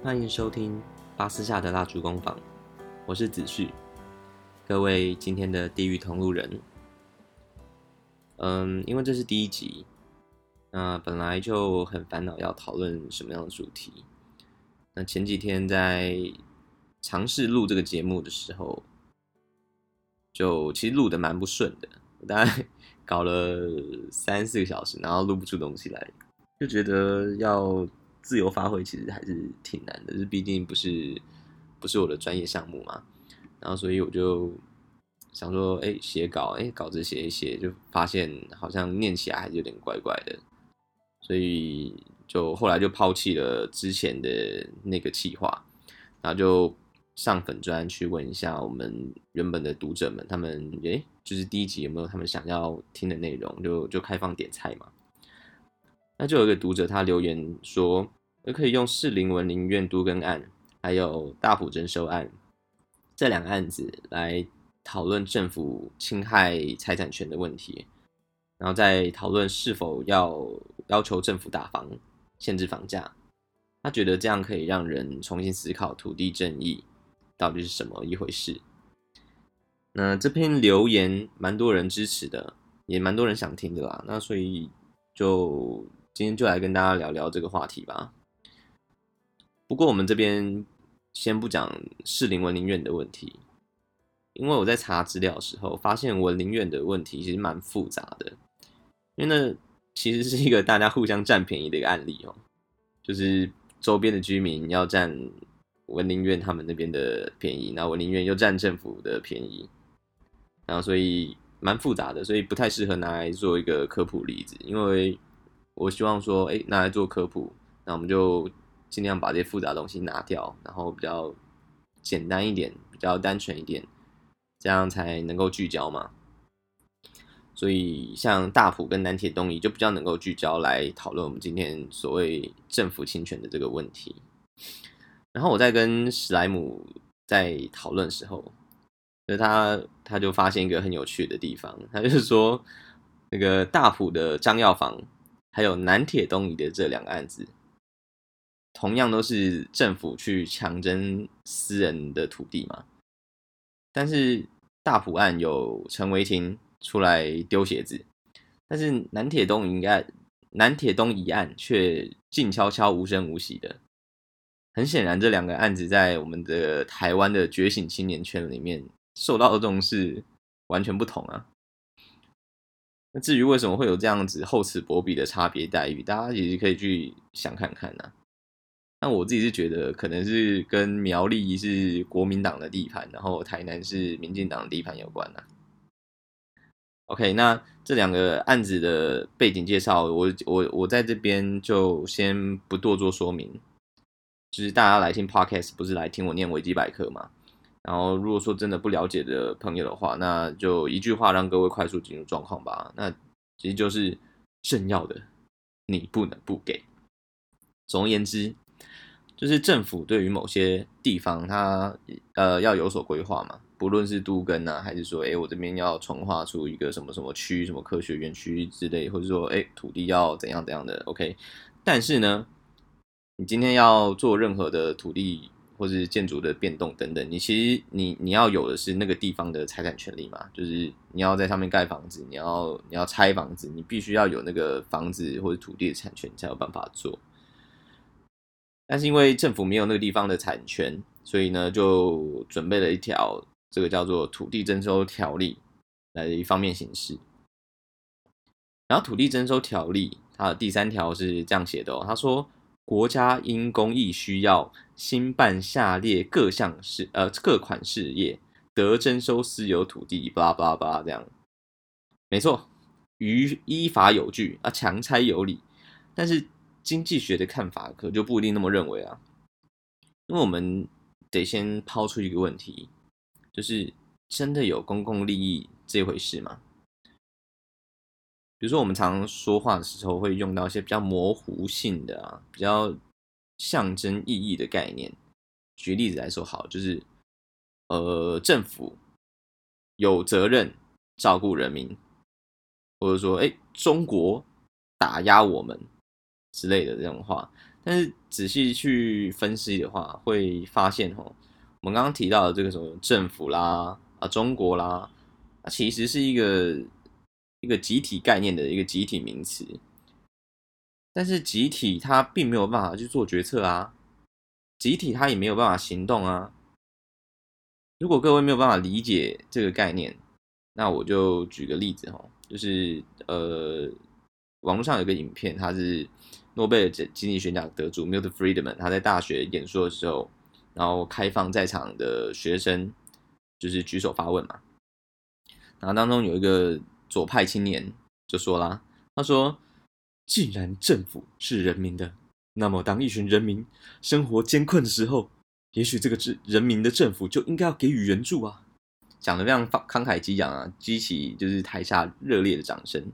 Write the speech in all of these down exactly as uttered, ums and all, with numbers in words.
欢迎收听巴斯夏的蜡烛工坊，我是子旭，各位今天的地狱同路人。嗯，因为这是第一集，那本来就很烦恼要讨论什么样的主题。那前几天在尝试录这个节目的时候，就其实录得蛮不顺的，我大概搞了三四个小时，然后录不出东西来，就觉得要自由发挥其实还是挺难的，就是毕竟不是不是我的专业项目嘛。然后所以我就想说，哎，写稿，哎，稿子写一写，就发现好像念起来还是有点怪怪的，所以就后来就抛弃了之前的那个企划，然后就上粉专去问一下我们原本的读者们，他们哎，就是第一集有没有他们想要听的内容，就就开放点菜嘛。那就有一个读者他留言说，可以用士林文林院都更案，还有大埔征收案这两个案子来讨论政府侵害财产权的问题，然后再讨论是否要要求政府打房、限制房价。他觉得这样可以让人重新思考土地正义到底是什么一回事。那这篇留言蛮多人支持的，也蛮多人想听的啦。那所以就今天就来跟大家聊聊这个话题吧。不过我们这边先不讲士林文林院的问题，因为我在查资料的时候发现文林院的问题其实蛮复杂的，因为那其实是一个大家互相占便宜的一个案例哦，就是周边的居民要占文林院他们那边的便宜，然后文林院又占政府的便宜，然后所以蛮复杂的，所以不太适合拿来做一个科普例子，因为我希望说，哎，拿来做科普，那我们就尽量把这些复杂的东西拿掉，然后比较简单一点，比较单纯一点，这样才能够聚焦嘛。所以像大埔跟南铁东移就比较能够聚焦来讨论我们今天所谓政府侵权的这个问题。然后我在跟史莱姆在讨论的时候，他他就发现一个很有趣的地方，他就是说那个大埔的张药房还有南铁东移的这两个案子，同样都是政府去强征私人的土地嘛，但是大埔案有陈为廷出来丢鞋子，但是南铁东移案南铁东移案却静悄悄无声无息的。很显然这两个案子在我们的台湾的觉醒青年圈里面受到的重视完全不同啊。那至于为什么会有这样子厚此薄彼的差别待遇，大家其实可以去想看看啊。那我自己是觉得可能是跟苗栗是国民党的地盘，然后台南是民进党的地盘有关啊。OK， 那这两个案子的背景介绍，我我我在这边就先不多做说明。就是大家来听 podcast 不是来听我念维基百科嘛？然后如果说真的不了解的朋友的话，那就一句话让各位快速进入状况吧。那其实就是政要的你不能不给。总而言之，就是政府对于某些地方它呃要有所规划嘛，不论是都更啊，还是说哎我这边要重划出一个什么什么区、什么科学园区之类，或者说哎土地要怎样怎样的 OK， 但是呢。你今天要做任何的土地或是建筑的变动等等，你其实你你要有的是那个地方的财产权利嘛，就是你要在上面盖房子，你要你要拆房子，你必须要有那个房子或者土地的产权才有办法做。但是因为政府没有那个地方的产权，所以呢就准备了一条这个叫做土地征收条例来的一方面形式。然后土地征收条例它的第三条是这样写的哦，他说。国家因公益需要兴办下列各项事呃各款事业，得征收私有土地，巴拉巴拉巴拉这样。没错，于依法有据啊，强拆有理。但是经济学的看法可就不一定那么认为啊，因为我们得先抛出一个问题，就是真的有公共利益这回事吗？比如说我们常常说话的时候会用到一些比较模糊性的啊，比较象征意义的概念。举例子来说好，就是呃政府有责任照顾人民，或者说哎中国打压我们之类的这种话。但是仔细去分析的话，会发现哦，我们刚刚提到的这个什么政府啦、啊中国啦，它其实是一个一个集体概念的一个集体名词。但是集体它并没有办法去做决策啊，集体它也没有办法行动啊。如果各位没有办法理解这个概念，那我就举个例子哈，就是呃，网络上有个影片，它是诺贝尔经济学奖得主 Milton Friedman 他在大学演说的时候，然后开放在场的学生就是举手发问嘛，然后当中有一个左派青年就说啦，他说：既然政府是人民的，那么当一群人民生活艰困的时候，也许这个人民的政府就应该要给予援助啊。讲得非常慷慨激昂啊，激起就是台下热烈的掌声。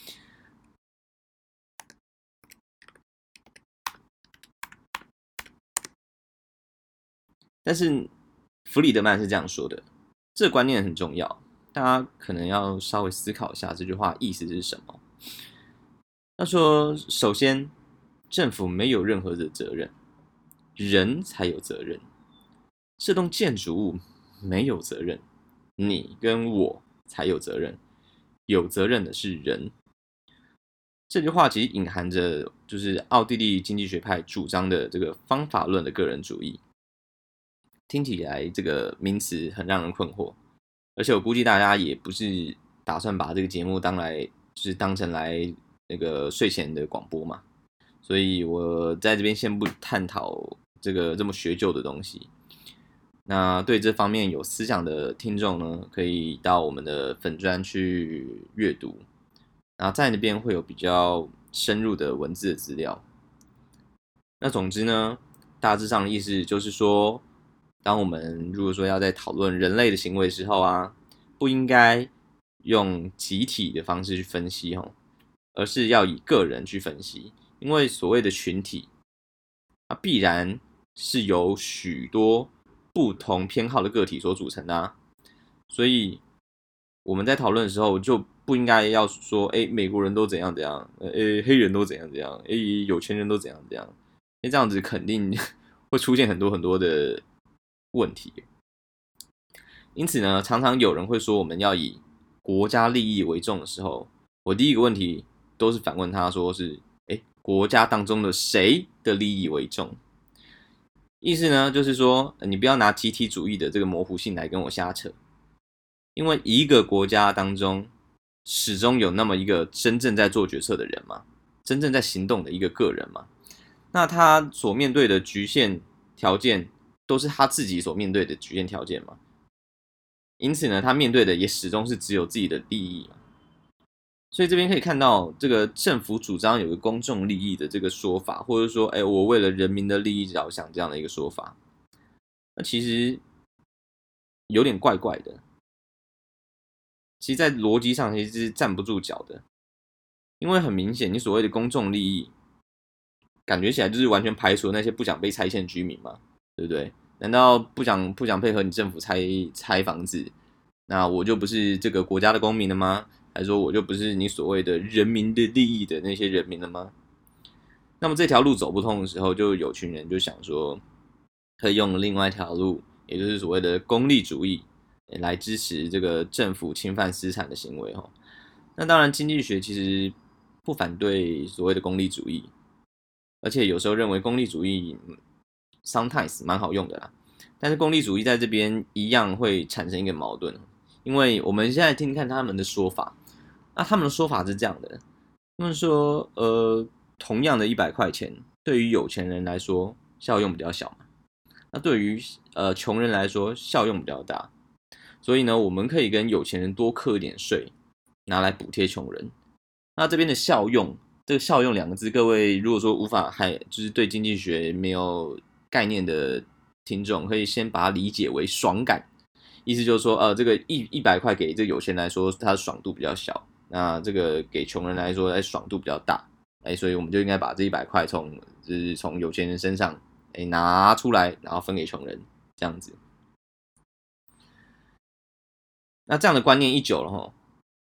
但是弗里德曼是这样说的，这个观念很重要，大家可能要稍微思考一下这句话意思是什么。他说，首先，政府没有任何的责任，人才有责任。这栋建筑物没有责任，你跟我才有责任，有责任的是人。这句话其实隐含着就是奥地利经济学派主张的这个方法论的个人主义。听起来这个名词很让人困惑，而且我估计大家也不是打算把这个节目当来就是当成来那个睡前的广播嘛，所以我在这边先不探讨这个这么学究的东西。那对这方面有思想的听众呢，可以到我们的粉专去阅读，然后在那边会有比较深入的文字的资料。那总之呢，大致上的意思就是说，当我们如果说要在讨论人类的行为的时候啊，不应该用集体的方式去分析哦，而是要以个人去分析，因为所谓的群体，它必然是由许多不同偏好的个体所组成的啊，所以我们在讨论的时候就不应该要说，哎，美国人都怎样怎样，哎，黑人都怎样怎样，哎，有钱人都怎样怎样，那这样子肯定会出现很多很多的问题。因此呢，常常有人会说我们要以国家利益为重的时候，我第一个问题都是反问他说是，哎，国家当中的谁的利益为重？意思呢，就是说你不要拿集体主义的这个模糊性来跟我瞎扯，因为一个国家当中始终有那么一个真正在做决策的人嘛，真正在行动的一个个人嘛，那他所面对的局限条件都是他自己所面对的局限条件嘛，因此呢，他面对的也始终是只有自己的利益嘛。所以这边可以看到，这个政府主张有个公众利益的这个说法，或者说，哎，我为了人民的利益着想这样的一个说法，那其实有点怪怪的。其实，在逻辑上其实是站不住脚的，因为很明显，你所谓的公众利益，感觉起来就是完全排除那些不想被拆迁的居民嘛，对不对？难道不想不想配合你政府拆拆房子，那我就不是这个国家的公民了吗？还是说我就不是你所谓的人民的利益的那些人民了吗？那么这条路走不通的时候，就有群人就想说，可以用另外一条路，也就是所谓的功利主义，来支持这个政府侵犯私产的行为哈。那当然，经济学其实不反对所谓的功利主义，而且有时候认为功利主义 sometimes 蛮好用的啦。但是功利主义在这边一样会产生一个矛盾，因为我们现在听听看他们的说法。那他们的说法是这样的，他们说，呃，同样的一百块钱，对于有钱人来说效用比较小嘛，那对于呃穷人来说效用比较大，所以呢，我们可以跟有钱人多课一点税，拿来补贴穷人。那这边的效用，这个效用两个字，各位如果说无法还就是对经济学没有概念的听众，可以先把它理解为爽感，意思就是说，呃，这个一一百块给这个有钱人来说，它的爽度比较小。那这个给穷人来说，哎，爽度比较大，哎，所以我们就应该把这一百块从就是从有钱人身上哎拿出来，然后分给穷人，这样子。那这样的观念一久了哈，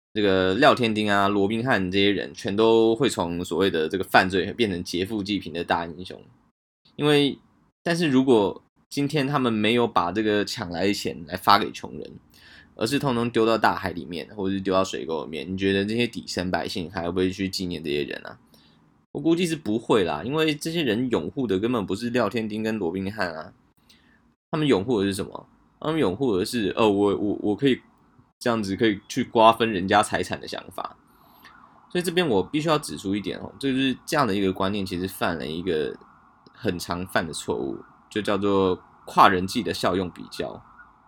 这个廖天丁啊、罗宾汉这些人，全都会从所谓的这个犯罪变成劫富济贫的大英雄。因为，但是如果今天他们没有把这个抢来的钱来发给穷人，而是通通丢到大海里面，或者是丢到水沟里面，你觉得这些底层百姓还会不会去纪念这些人啊？我估计是不会啦，因为这些人拥护的根本不是廖天丁跟罗宾汉啊，他们拥护的是什么？他们拥护的是，哦，我我我可以这样子可以去瓜分人家财产的想法。所以这边我必须要指出一点哦，就是这样的一个观念，其实犯了一个很常犯的错误，就叫做跨人际的效用比较。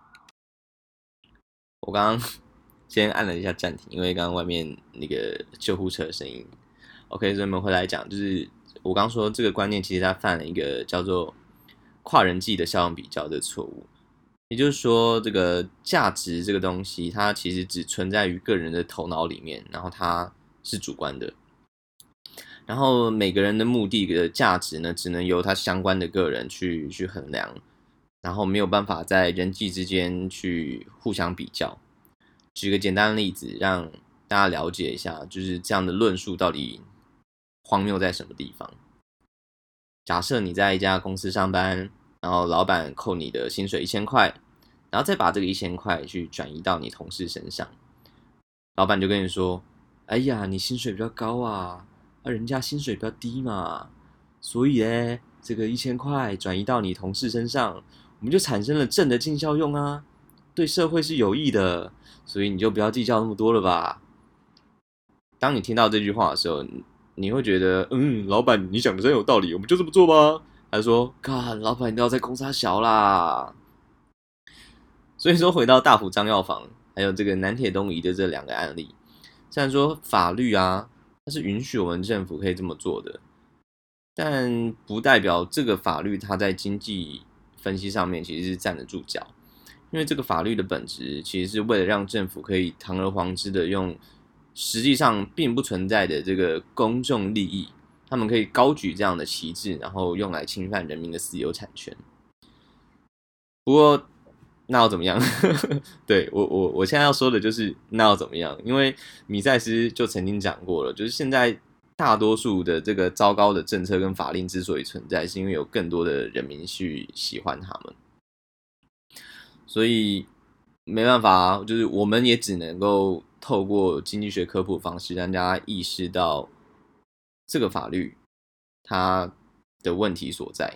我刚刚先按了一下暂停，因为刚刚外面那个救护车的声音。OK，所以我们回来讲，就是我刚说这个观念，其实它犯了一个叫做跨人际的效用比较的错误。也就是说，这个价值这个东西，它其实只存在于个人的头脑里面，然后它是主观的。然后每个人的目的的价值呢，只能由他相关的个人去去衡量，然后没有办法在人际之间去互相比较。举个简单的例子，让大家了解一下，就是这样的论述到底荒谬在什么地方。假设你在一家公司上班，然后老板扣你的薪水一千块，然后再把这个一千块去转移到你同事身上，老板就跟你说：“哎呀，你薪水比较高啊，啊人家薪水比较低嘛，所以呢，这个一千块转移到你同事身上，我们就产生了正的净效用啊，对社会是有益的，所以你就不要计较那么多了吧。”当你听到这句话的时候，你会觉得，嗯，老板你讲的真有道理，我们就这么做吧？还是说，看老板你都要在公司小啦？所以说，回到大埔张药房，还有这个南铁东移的这两个案例，虽然说法律啊，它是允许我们政府可以这么做的，但不代表这个法律它在经济分析上面其实是站得住脚，因为这个法律的本质其实是为了让政府可以堂而皇之的用实际上并不存在的这个公众利益，他们可以高举这样的旗帜，然后用来侵犯人民的私有产权。不过那要怎么样？对，我我我现在要说的就是那要怎么样？因为米塞斯就曾经讲过了，就是现在大多数的这个糟糕的政策跟法令之所以存在，是因为有更多的人民去喜欢他们，所以没办法啊，就是我们也只能够透过经济学科普的方式，让大家意识到这个法律它的问题所在。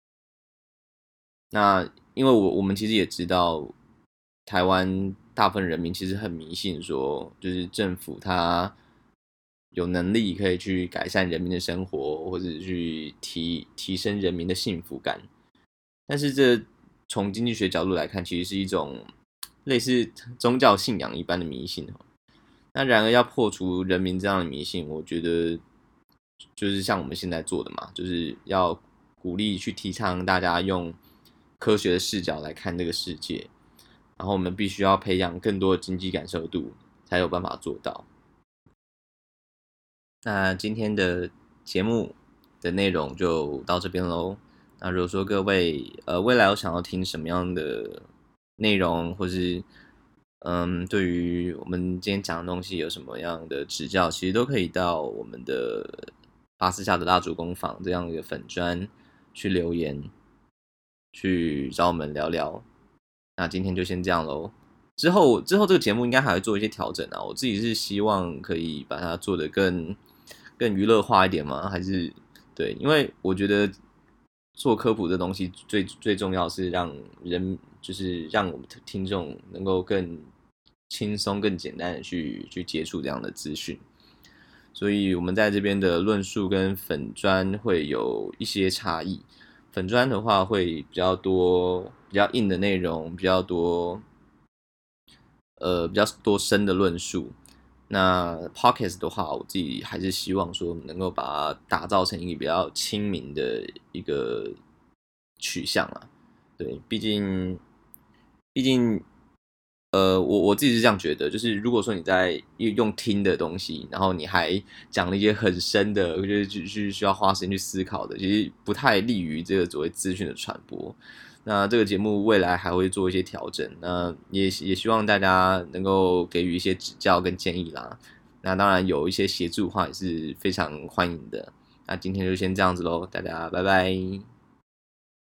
那因为我我们其实也知道，台湾大部分人民其实很迷信说，就是政府它有能力可以去改善人民的生活，或者去提提升人民的幸福感。但是这从经济学角度来看，其实是一种类似宗教信仰一般的迷信。那然而要破除人民这样的迷信，我觉得就是像我们现在做的嘛，就是要鼓励去提倡大家用科学的视角来看这个世界，然后我们必须要培养更多的经济感受度，才有办法做到。那今天的节目的内容就到这边喽。那如果说各位呃未来有想要听什么样的内容，或是嗯对于我们今天讲的东西有什么样的指教，其实都可以到我们的巴斯夏的蜡烛工坊这样一个粉专去留言，去找我们聊聊。那今天就先这样喽。之后之后这个节目应该还会做一些调整啊，我自己是希望可以把它做得更更娱乐化一点吗？还是对？因为我觉得做科普这东西最最重要是让人就是让我们听众能够更轻松、更简单的去去接触这样的资讯。所以我们在这边的论述跟粉专会有一些差异。粉专的话会比较多、比较硬的内容，比较多。呃，比较多深的论述。那 Podcast 的话，我自己还是希望说能够把它打造成一个比较亲民的一个取向啊。对，毕竟，毕竟， 呃，我我自己是这样觉得，就是如果说你在用听的东西，然后你还讲了一些很深的，我觉得就是需要花时间去思考的，其实不太利于这个所谓资讯的传播。那这个节目未来还会做一些调整，那也也希望大家能够给予一些指教跟建议啦。那当然有一些协助的话也是非常欢迎的。那今天就先这样子喽，大家拜拜。